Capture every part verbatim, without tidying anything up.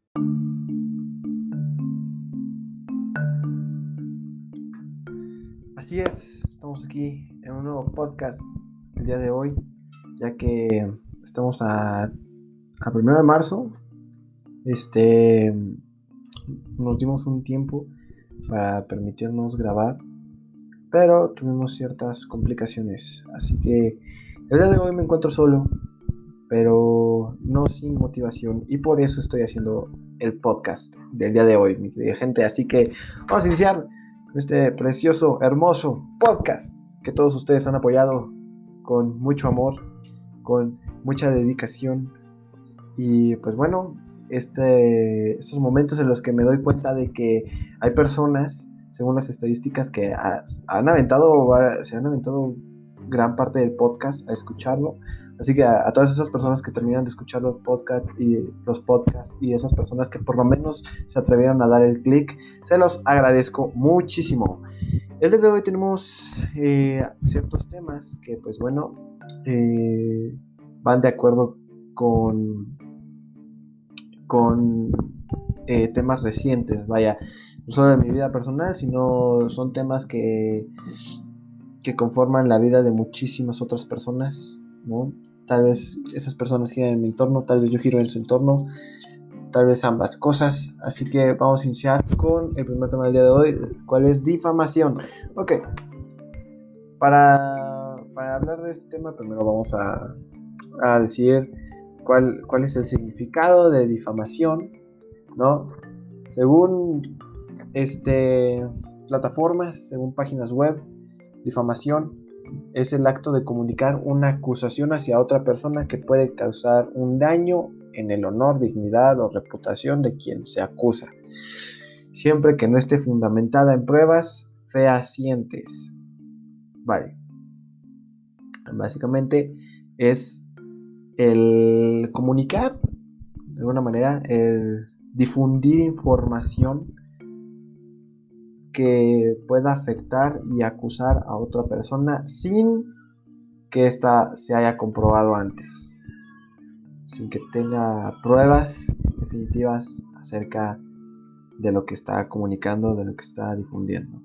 Así es, estamos aquí en un nuevo podcast el día de hoy, ya que estamos a, a primero de marzo. Este, nos dimos un tiempo para permitirnos grabar, pero tuvimos ciertas complicaciones, así que el día de hoy me encuentro solo, pero no sin motivación, y por eso estoy haciendo el podcast del día de hoy, mi querida gente. Así que vamos a iniciar con este precioso, hermoso podcast que todos ustedes han apoyado con mucho amor, con mucha dedicación. Y pues bueno, este, estos momentos en los que me doy cuenta de que hay personas, según las estadísticas, que ha, han aventado, se han aventado gran parte del podcast a escucharlo. Así que a, a todas esas personas que terminan de escuchar los podcasts y los podcasts y esas personas que por lo menos se atrevieron a dar el clic, se los agradezco muchísimo. El día de hoy tenemos eh, ciertos temas que pues bueno eh, van de acuerdo con con eh, temas recientes, vaya, no solo de mi vida personal, sino son temas que que conforman la vida de muchísimas otras personas, ¿no? Tal vez esas personas giran en mi entorno, tal vez yo giro en su entorno, tal vez ambas cosas. Así que vamos a iniciar con el primer tema del día de hoy, ¿cuál es difamación? Ok, para, para hablar de este tema, primero vamos a, a decir cuál, cuál es el significado de difamación, ¿no? Según este, plataformas, según páginas web, difamación es el acto de comunicar una acusación hacia otra persona que puede causar un daño en el honor, dignidad o reputación de quien se acusa, siempre que no esté fundamentada en pruebas fehacientes. Vale. Básicamente es el comunicar, de alguna manera, el difundir información que pueda afectar y acusar a otra persona sin que ésta se haya comprobado antes, sin que tenga pruebas definitivas acerca de lo que está comunicando, de lo que está difundiendo.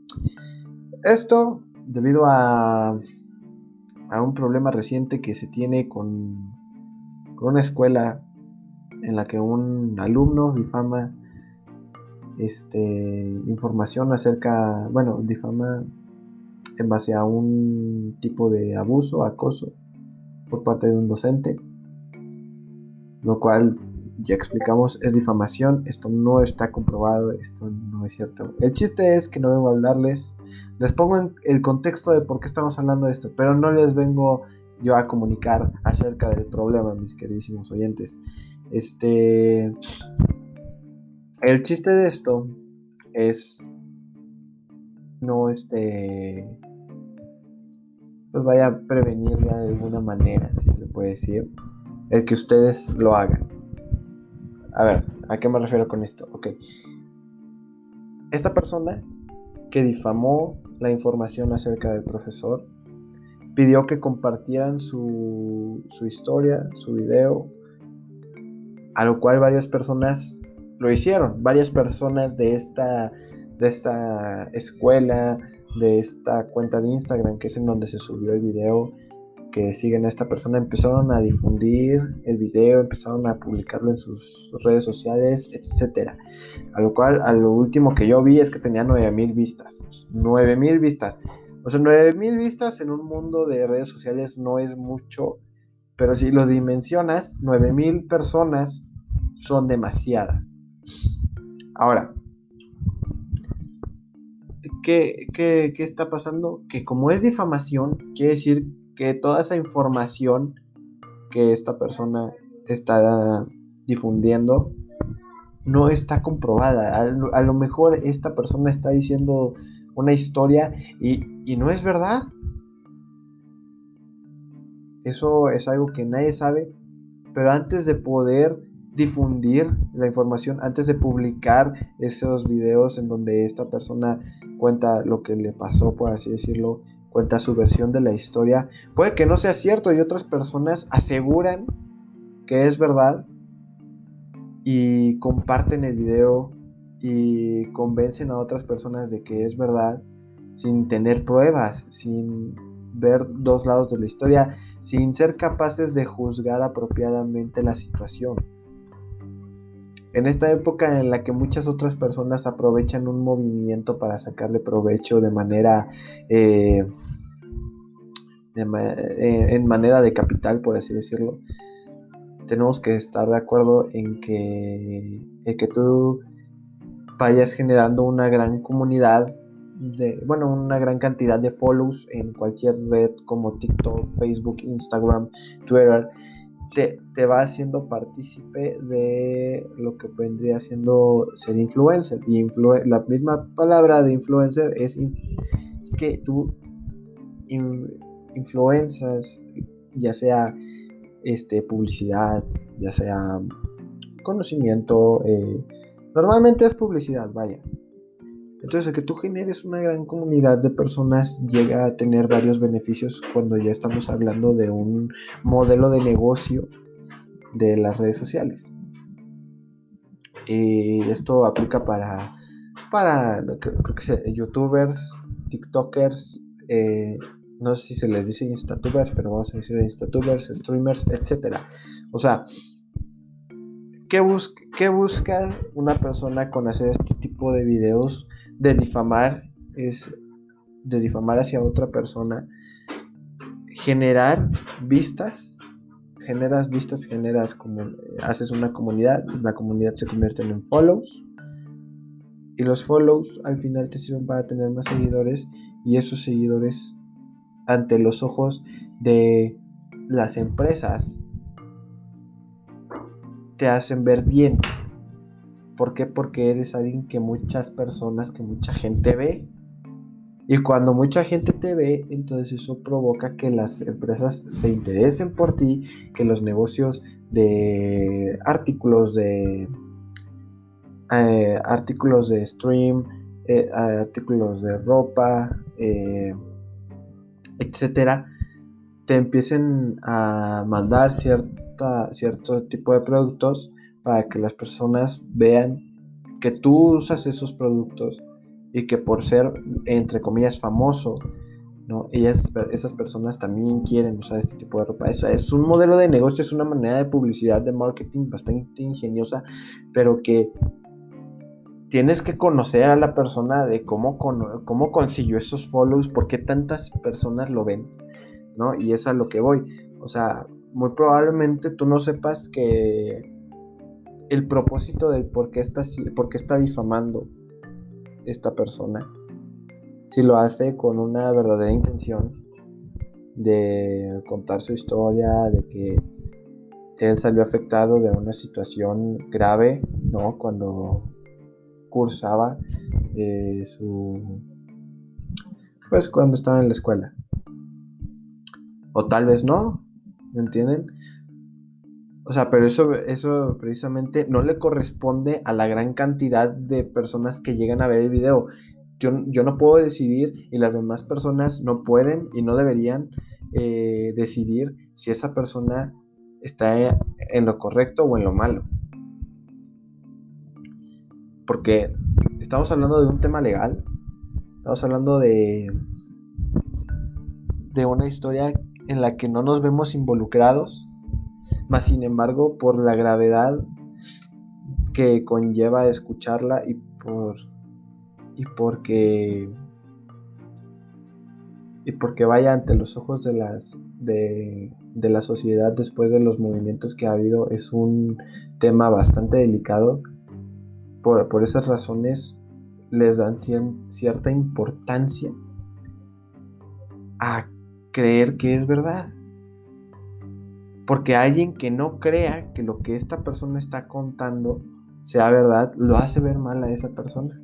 Esto debido a, a un problema reciente que se tiene con, con una escuela en la que un alumno difama este, información acerca, bueno, difama en base a un tipo de abuso, acoso por parte de un docente, lo cual ya explicamos es difamación. Esto no está comprobado, esto no es cierto. El chiste es que no vengo a hablarles, les pongo en el contexto de por qué estamos hablando de esto, pero no les vengo yo a comunicar acerca del problema, mis queridísimos oyentes. Este, el chiste de esto es no este pues vaya a prevenir de alguna manera, si se le puede decir, el que ustedes lo hagan. A ver, ¿a qué me refiero con esto? Ok, esta persona que difamó la información acerca del profesor pidió que compartieran su, su historia, su video, a lo cual varias personas lo hicieron. Varias personas de esta, de esta escuela, de esta cuenta de Instagram, que es en donde se subió el video, que siguen a esta persona, empezaron a difundir el video, empezaron a publicarlo en sus redes sociales, etcétera. A lo cual, a lo último que yo vi es que tenía nueve mil vistas. nueve mil vistas. O sea, nueve mil vistas en un mundo de redes sociales no es mucho, pero si lo dimensionas, nueve mil personas son demasiadas. Ahora, ¿qué, qué, qué está pasando? Que como es difamación, quiere decir que toda esa información que esta persona está difundiendo no está comprobada. A lo, a lo mejor esta persona está diciendo una historia y, y no es verdad. Eso es algo que nadie sabe, pero antes de poder difundir la información, antes de publicar esos videos en donde esta persona cuenta lo que le pasó, por así decirlo, cuenta su versión de la historia, puede que no sea cierto y otras personas aseguran que es verdad, y comparten el video y convencen a otras personas de que es verdad sin tener pruebas, sin ver dos lados de la historia, sin ser capaces de juzgar apropiadamente la situación. En esta época en la que muchas otras personas aprovechan un movimiento para sacarle provecho de manera eh, de ma- eh, en manera de capital, por así decirlo, tenemos que estar de acuerdo en que, en que tú vayas generando una gran comunidad de, bueno, una gran cantidad de follows en cualquier red como TikTok, Facebook, Instagram, Twitter, te, te va haciendo partícipe de lo que vendría siendo ser influencer. Y influ- la misma palabra de influencer es, inf- es que tú in- influencias, ya sea este, publicidad, ya sea conocimiento, eh, normalmente es publicidad, vaya. Entonces, el que tú generes una gran comunidad de personas llega a tener varios beneficios cuando ya estamos hablando de un modelo de negocio de las redes sociales. Y esto aplica para, para creo que sea, youtubers, tiktokers, eh, no sé si se les dice instatubers, pero vamos a decir instatubers, streamers, etcétera. O sea, ¿qué, bus- ¿qué busca una persona con hacer este tipo de videos de difamar? Es de difamar hacia otra persona, generar vistas, generas vistas, generas como, haces una comunidad, la comunidad se convierte en follows y los follows al final te sirven para tener más seguidores y esos seguidores ante los ojos de las empresas te hacen ver bien. ¿Por qué? Porque eres alguien que muchas personas, que mucha gente ve. Y cuando mucha gente te ve, entonces eso provoca que las empresas se interesen por ti, que los negocios de artículos de eh, artículos de stream, eh, artículos de ropa, eh, etcétera, te empiecen a mandar cierta, cierto tipo de productos para que las personas vean que tú usas esos productos y que por ser, entre comillas, famoso, ¿no? Ellas, esas personas también quieren usar este tipo de ropa. Eso es un modelo de negocio, es una manera de publicidad, de marketing bastante ingeniosa, pero que tienes que conocer a la persona de cómo, cómo consiguió esos follows, por qué tantas personas lo ven, ¿no? Y es a lo que voy. O sea, muy probablemente tú no sepas que el propósito de por qué está, por qué está difamando esta persona, si lo hace con una verdadera intención de contar su historia, de que él salió afectado de una situación grave, ¿no? Cuando cursaba eh, su... pues cuando estaba en la escuela. O tal vez no, ¿me entienden? O sea, pero eso, eso precisamente no le corresponde a la gran cantidad de personas que llegan a ver el video. Yo, yo no puedo decidir y las demás personas no pueden y no deberían eh, decidir si esa persona está en lo correcto o en lo malo. Porque estamos hablando de un tema legal, estamos hablando de, de una historia en la que no nos vemos involucrados, mas sin embargo por la gravedad que conlleva escucharla y por y porque y porque vaya ante los ojos de las de, de la sociedad después de los movimientos que ha habido, es un tema bastante delicado. Por, por esas razones les dan cier- cierta importancia a creer que es verdad. Porque alguien que no crea que lo que esta persona está contando sea verdad, lo hace ver mal a esa persona.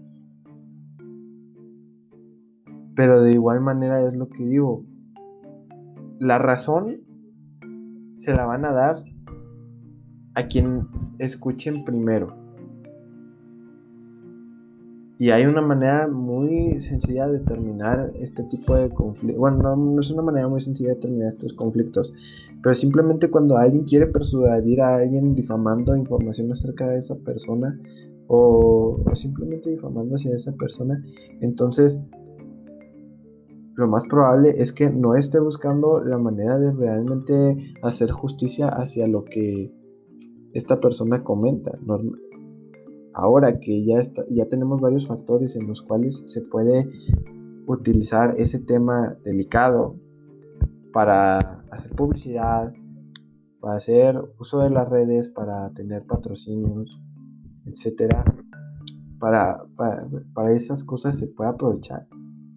Pero de igual manera es lo que digo. La razón se la van a dar a quien escuchen primero. Y hay una manera muy sencilla de terminar este tipo de conflictos. Bueno, no, no es una manera muy sencilla de terminar estos conflictos, pero simplemente cuando alguien quiere persuadir a alguien difamando información acerca de esa persona o, o simplemente difamando hacia esa persona, entonces lo más probable es que no esté buscando la manera de realmente hacer justicia hacia lo que esta persona comenta. Norm- Ahora que ya, está, ya tenemos varios factores en los cuales se puede utilizar ese tema delicado para hacer publicidad, para hacer uso de las redes, para tener patrocinios, etcétera. Para, para, para esas cosas se puede aprovechar.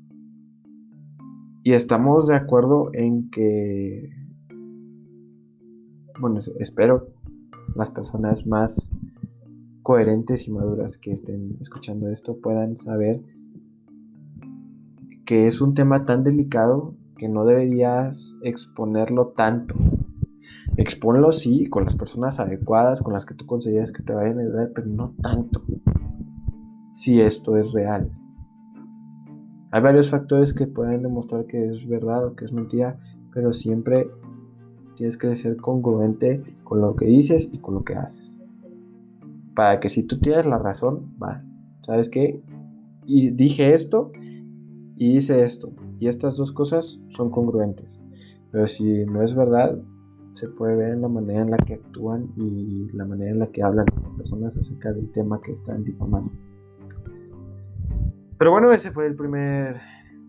Y estamos de acuerdo en que, bueno, espero las personas más coherentes y maduras que estén escuchando esto puedan saber que es un tema tan delicado que no deberías exponerlo tanto. Exponlo sí, con las personas adecuadas, con las que tú consideras que te vayan a ayudar, pero no tanto. Si esto es real. Hay varios factores que pueden demostrar que es verdad o que es mentira, pero siempre tienes que ser congruente con lo que dices y con lo que haces. Para que si tú tienes la razón, va, ¿sabes qué? Y dije esto y hice esto. Y estas dos cosas son congruentes. Pero si no es verdad, se puede ver en la manera en la que actúan y la manera en la que hablan estas personas acerca del tema que están difamando. Pero bueno, ese fue el primer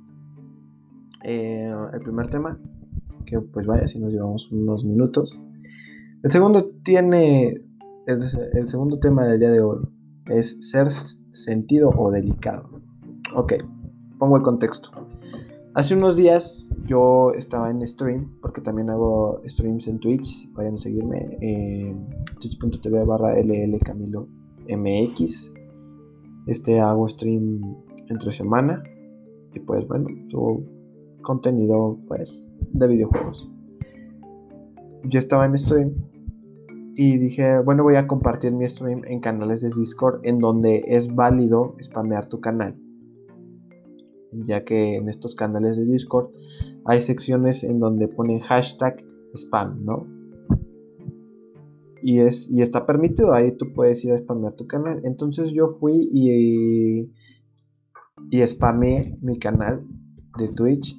eh, el primer tema. Que pues vaya, si nos llevamos unos minutos. El segundo tiene el, el segundo tema del día de hoy es ser sentido o delicado. Ok, pongo el contexto. Hace unos días yo estaba en stream, porque también hago streams en Twitch. Vayan a seguirme en twitch.tv barra llcamilomx. Este hago stream entre semana. Y pues bueno, subo contenido pues de videojuegos. Yo estaba en stream y dije, bueno, voy a compartir mi stream en canales de Discord en donde es válido spamear tu canal. Ya que en estos canales de Discord hay secciones en donde ponen hashtag spam, ¿no? Y, es, y está permitido, ahí tú puedes ir a spamear tu canal. Entonces yo fui y, y spameé mi canal de Twitch.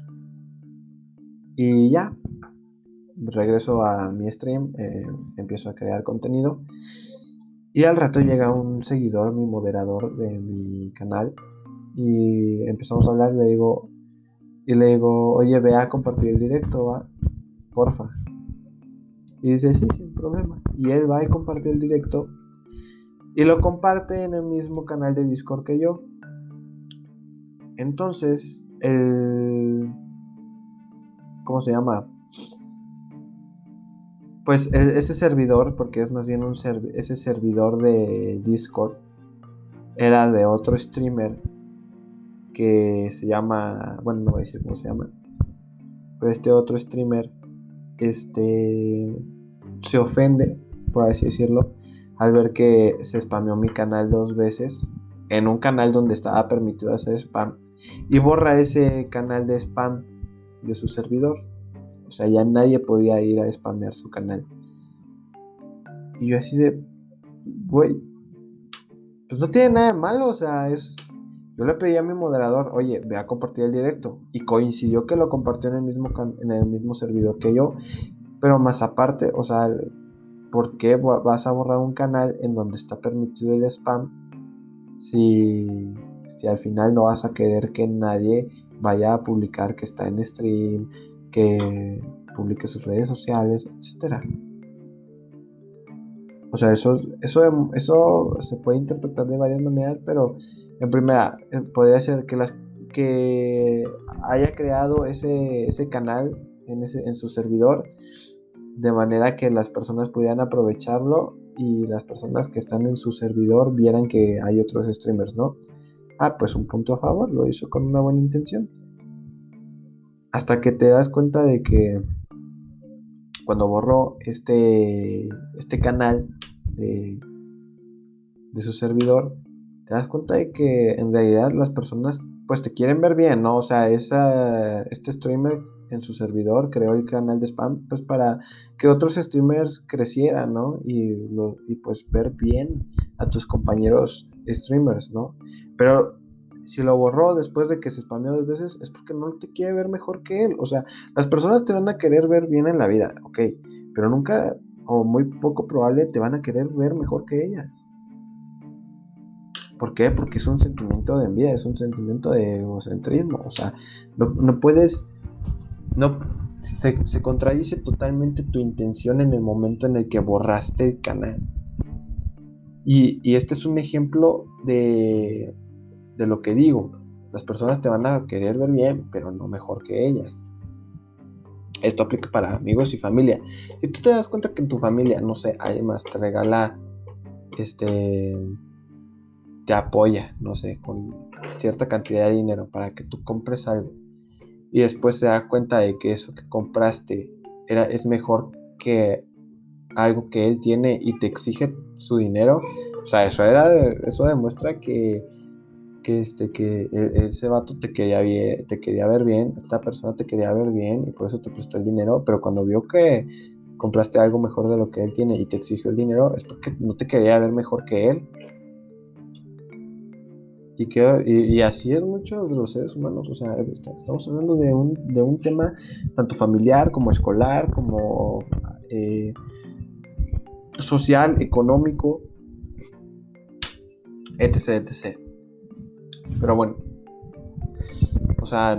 Y ya, regreso a mi stream, eh, empiezo a crear contenido. Y al rato llega un seguidor, mi moderador de mi canal. Y empezamos a hablar, le digo, y le digo, oye, ve a compartir el directo, va, porfa. Y dice, sí, sin problema. Y él va y comparte el directo. Y lo comparte en el mismo canal de Discord que yo. Entonces, el... ¿Cómo se llama? Pues ese servidor, porque es más bien un serv- ese servidor de Discord, era de otro streamer que se llama... Bueno, no voy a decir cómo se llama. Pero este otro streamer, este... se ofende, por así decirlo, al ver que se spameó mi canal dos veces en un canal donde estaba permitido hacer spam y borra ese canal de spam de su servidor. O sea, ya nadie podía ir a spamear su canal. Y yo así de, güey, pues no tiene nada de malo, o sea, es... Yo le pedí a mi moderador, oye, ve a compartir el directo. Y coincidió que lo compartió en el mismo, can- en el mismo servidor que yo. Pero más aparte, o sea, ¿por qué vas a borrar un canal en donde está permitido el spam si, si al final no vas a querer que nadie vaya a publicar que está en stream, que publique sus redes sociales, etcétera? O sea, eso, eso, eso se puede interpretar de varias maneras, pero en primera, eh, podría ser que, las, que haya creado ese, ese canal en, ese, en su servidor de manera que las personas pudieran aprovecharlo y las personas que están en su servidor vieran que hay otros streamers, ¿no? Ah, pues un punto a favor, lo hizo con una buena intención. Hasta que te das cuenta de que cuando borró este, este canal de, de su servidor, te das cuenta de que en realidad las personas pues te quieren ver bien, ¿no? O sea, esa, este streamer en su servidor creó el canal de spam pues para que otros streamers crecieran, ¿no? Y, lo, y pues ver bien a tus compañeros streamers, ¿no? Pero si lo borró después de que se spameó dos veces es porque no te quiere ver mejor que él. O sea, las personas te van a querer ver bien en la vida, ok, pero nunca o muy poco probable te van a querer ver mejor que ellas. ¿Por qué? Porque es un sentimiento de envidia, es un sentimiento de egocentrismo. O sea, no, no puedes, no, se, se contradice totalmente tu intención en el momento en el que borraste el canal. Y, y este es un ejemplo de, de lo que digo. Las personas te van a querer ver bien, pero no mejor que ellas. Esto aplica para amigos y familia. Y tú te das cuenta que en tu familia, no sé, alguien más te regala, este, te apoya, no sé, con cierta cantidad de dinero para que tú compres algo. Y después se da cuenta de que eso que compraste era, es mejor que algo que él tiene y te exige su dinero. O sea, eso, era, eso demuestra que que este que ese vato te quería bien, te quería ver bien, esta persona te quería ver bien y por eso te prestó el dinero, pero cuando vio que compraste algo mejor de lo que él tiene y te exigió el dinero, es porque no te quería ver mejor que él. Y, que, y, y así es muchos de los seres humanos. O sea, estamos hablando de un, de un tema tanto familiar como escolar, como eh, social, económico, etc, etc. Pero bueno, o sea,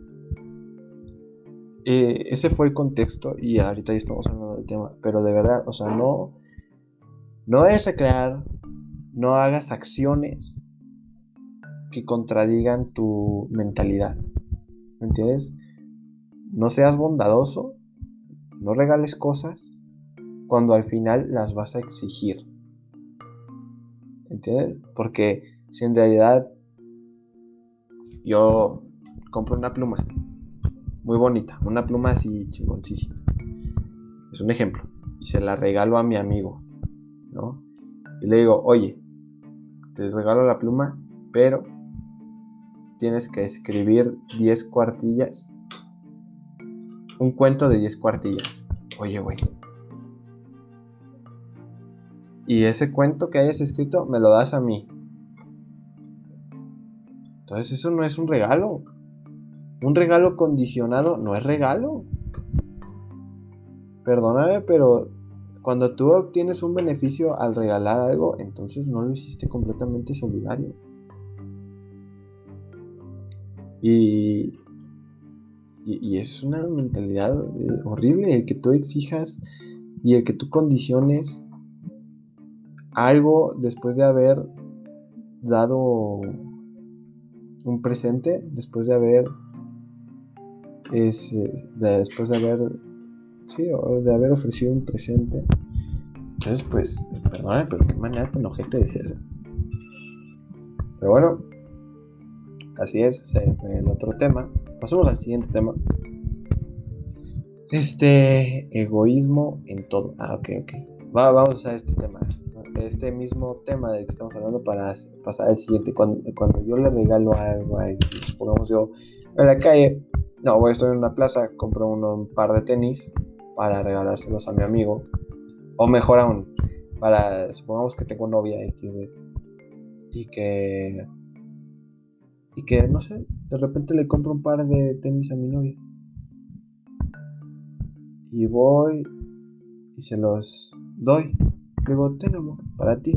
Eh, ese fue el contexto y ahorita ya estamos hablando del tema, pero de verdad, o sea, no, no debes crear, no hagas acciones que contradigan tu mentalidad, ¿me entiendes? No seas bondadoso, no regales cosas cuando al final las vas a exigir, ¿entiendes? Porque si en realidad yo compro una pluma muy bonita, una pluma así chingoncísima, es un ejemplo, y se la regalo a mi amigo, ¿no? Y le digo, oye, te regalo la pluma, pero tienes que escribir diez cuartillas, un cuento de diez cuartillas. Oye, güey. Y ese cuento que hayas escrito me lo das a mí. Entonces eso no es un regalo. Un regalo condicionado no es regalo. Perdóname, pero cuando tú obtienes un beneficio al regalar algo, entonces no lo hiciste completamente solidario. Y, y, y es una mentalidad eh, horrible el que tú exijas y el que tú condiciones algo después de haber dado un presente, después de haber es, de, después de haber sí, o de haber ofrecido un presente. Entonces pues perdóname, pero qué manera tan ojete de ser. Pero bueno, así es, ese fue el otro tema. Pasemos al siguiente tema. Este egoísmo en todo. Ah, ok, ok. Va, vamos a usar este tema, este mismo tema del que estamos hablando para pasar al siguiente. Cuando, cuando yo le regalo algo a alguien, supongamos yo en la calle, no, voy a estar en una plaza, compro uno, un par de tenis para regalárselos a mi amigo, o mejor aún, para, supongamos que tengo novia X D, y que, y que, no sé, de repente le compro un par de tenis a mi novia, y voy y se los doy. Luego, ten amor, para ti.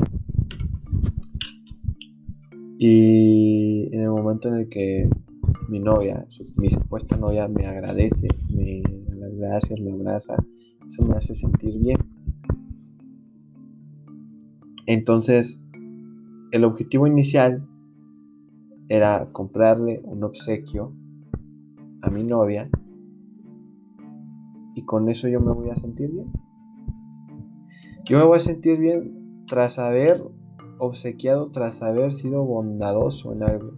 Y en el momento en el que mi novia, mi supuesta novia, me agradece, me da las gracias, me abraza, eso me hace sentir bien. Entonces, el objetivo inicial era comprarle un obsequio a mi novia y con eso yo me voy a sentir bien. Yo me voy a sentir bien tras haber obsequiado, tras haber sido bondadoso en algo.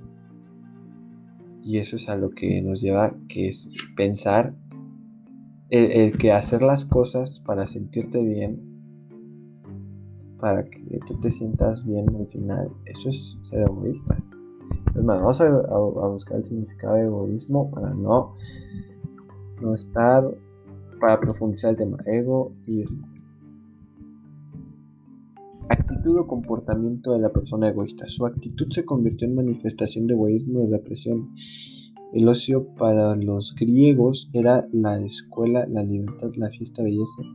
Y eso es a lo que nos lleva, que es pensar el, el que hacer las cosas para sentirte bien, para que tú te sientas bien al final, eso es ser egoísta. Es más, vamos a, a, a buscar el significado de egoísmo para no, no estar, para profundizar el tema. Ego y actitud o comportamiento de la persona egoísta. Su actitud se convirtió en manifestación de egoísmo y represión. El ocio para los griegos era la escuela, la libertad, la fiesta, belleza.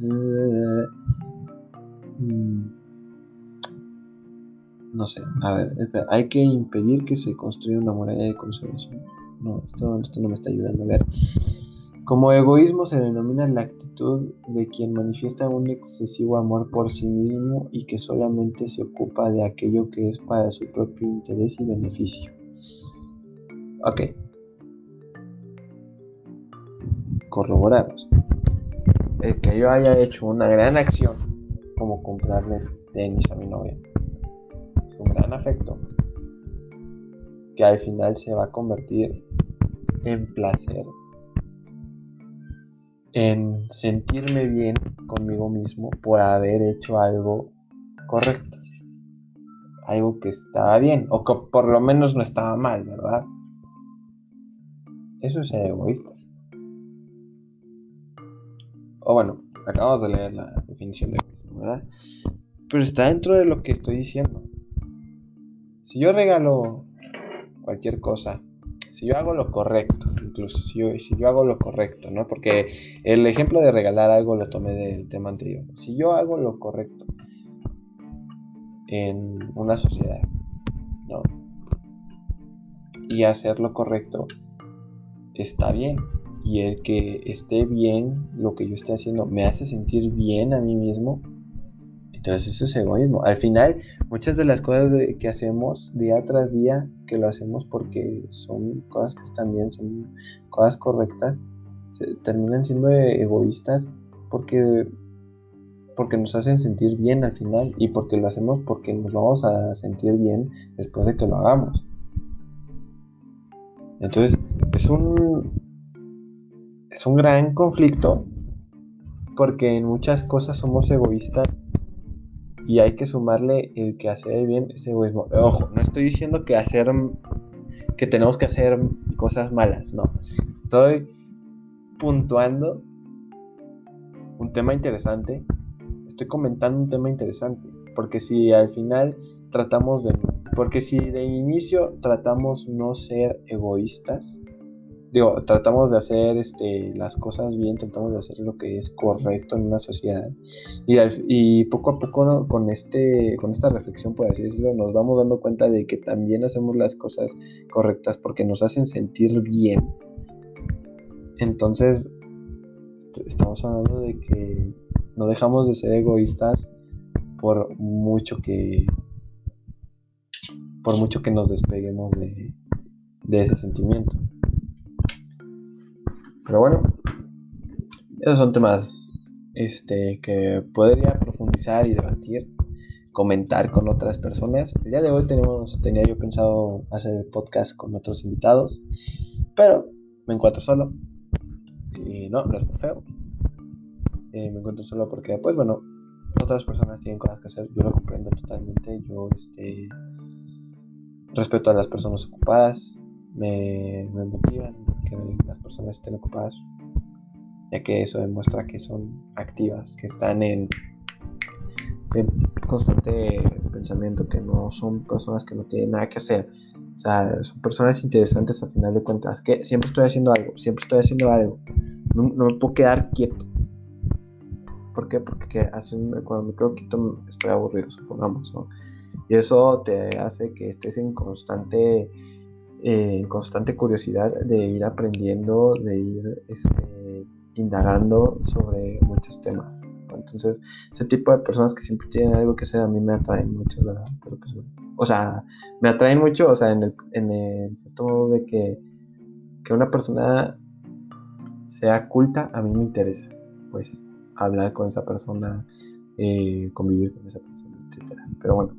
No sé, a ver, espera. Hay que impedir que se construya una muralla de conservación. No, esto, esto no me está ayudando. A ver. Como egoísmo se denomina la actitud de quien manifiesta un excesivo amor por sí mismo y que solamente se ocupa de aquello que es para su propio interés y beneficio. Ok. Corroboramos. El que yo haya hecho una gran acción, como comprarle tenis a mi novia, es un gran afecto que al final se va a convertir en placer, en sentirme bien conmigo mismo por haber hecho algo correcto, algo que estaba bien, o que por lo menos no estaba mal, ¿verdad? Eso es ser egoísta. O bueno, acabamos de leer la definición de egoísmo, ¿verdad? Pero está dentro de lo que estoy diciendo. Si yo regalo cualquier cosa, si yo hago lo correcto, incluso si yo, si yo hago lo correcto, ¿no? Porque el ejemplo de regalar algo lo tomé del tema anterior. Si yo hago lo correcto en una sociedad, ¿no? Y hacer lo correcto está bien. Y el que esté bien, lo que yo esté haciendo, me hace sentir bien a mí mismo. Entonces eso es egoísmo. Al final, muchas de las cosas de, que hacemos día tras día, que lo hacemos porque son cosas que están bien, son cosas correctas, se terminan siendo egoístas porque, porque nos hacen sentir bien al final y porque lo hacemos porque nos vamos a sentir bien después de que lo hagamos. Entonces es un, es un gran conflicto porque en muchas cosas somos egoístas. Y hay que sumarle el que hacer bien ese egoísmo. Ojo, no estoy diciendo que hacer que tenemos que hacer cosas malas, no. Estoy puntuando un tema interesante. Estoy comentando un tema interesante. Porque si al final tratamos de... Porque si de inicio tratamos no ser egoístas, digo, tratamos de hacer este, las cosas bien, tratamos de hacer lo que es correcto en una sociedad y, al, y poco a poco, ¿no? con, este, con esta reflexión, por así decirlo, nos vamos dando cuenta de que también hacemos las cosas correctas porque nos hacen sentir bien. Entonces estamos hablando de que no dejamos de ser egoístas por mucho que por mucho que nos despeguemos de, de ese sentimiento. Pero bueno, esos son temas este, que podría profundizar y debatir, comentar con otras personas. El día de hoy tenemos, tenía yo pensado hacer el podcast con otros invitados, pero me encuentro solo. Y no, no es por feo. Eh, me encuentro solo porque, pues bueno, otras personas tienen cosas que hacer. Yo lo comprendo totalmente. Yo este, respeto a las personas ocupadas. Me, me motivan que las personas estén ocupadas, ya que eso demuestra que son activas, que están en, en constante pensamiento, que no son personas que no tienen nada que hacer. O sea, son personas interesantes a final de cuentas, que siempre estoy haciendo algo, siempre estoy haciendo algo. No, no me puedo quedar quieto. ¿Por qué? Porque hace, cuando me quedo quieto estoy aburrido, supongamos, ¿no? Y eso te hace que estés en constante, eh, constante curiosidad de ir aprendiendo, de ir este, indagando sobre muchos temas. Entonces, ese tipo de personas que siempre tienen algo que hacer a mí me atraen mucho, ¿verdad? Pero pues, bueno, o sea, me atraen mucho, o sea, en el, en el cierto modo de que, que una persona sea culta, a mí me interesa, pues, hablar con esa persona, eh, convivir con esa persona, etcétera. Pero bueno,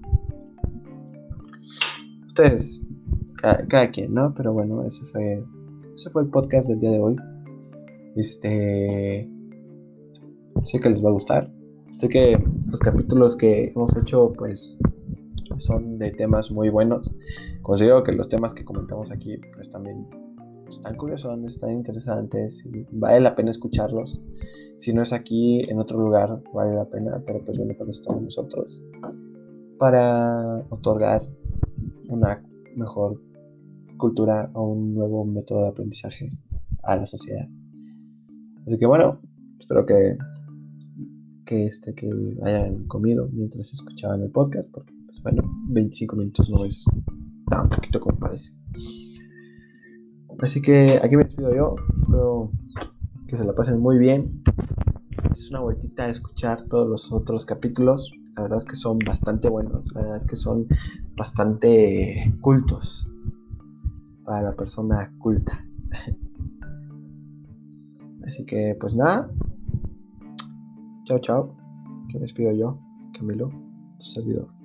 ustedes, cada, cada quien, ¿no? Pero bueno, ese fue, ese fue el podcast del día de hoy. Este, sé que les va a gustar. Sé que los capítulos que hemos hecho pues son de temas muy buenos. Considero que los temas que comentamos aquí pues también están curiosos, están interesantes y vale la pena escucharlos. Si no es aquí, en otro lugar vale la pena, pero pues bueno, para eso estamos nosotros, para otorgar una mejor cultura o un nuevo método de aprendizaje a la sociedad. Así que bueno, espero que que este que hayan comido mientras escuchaban el podcast, porque pues bueno, veinticinco minutos no es tan poquito como parece. Así que aquí me despido yo, espero que se la pasen muy bien. Es una vueltita a escuchar todos los otros capítulos, la verdad es que son bastante buenos, la verdad es que son bastante cultos para la persona culta. Así que pues nada, chao chao, que me despido yo, Camilo, tu servidor.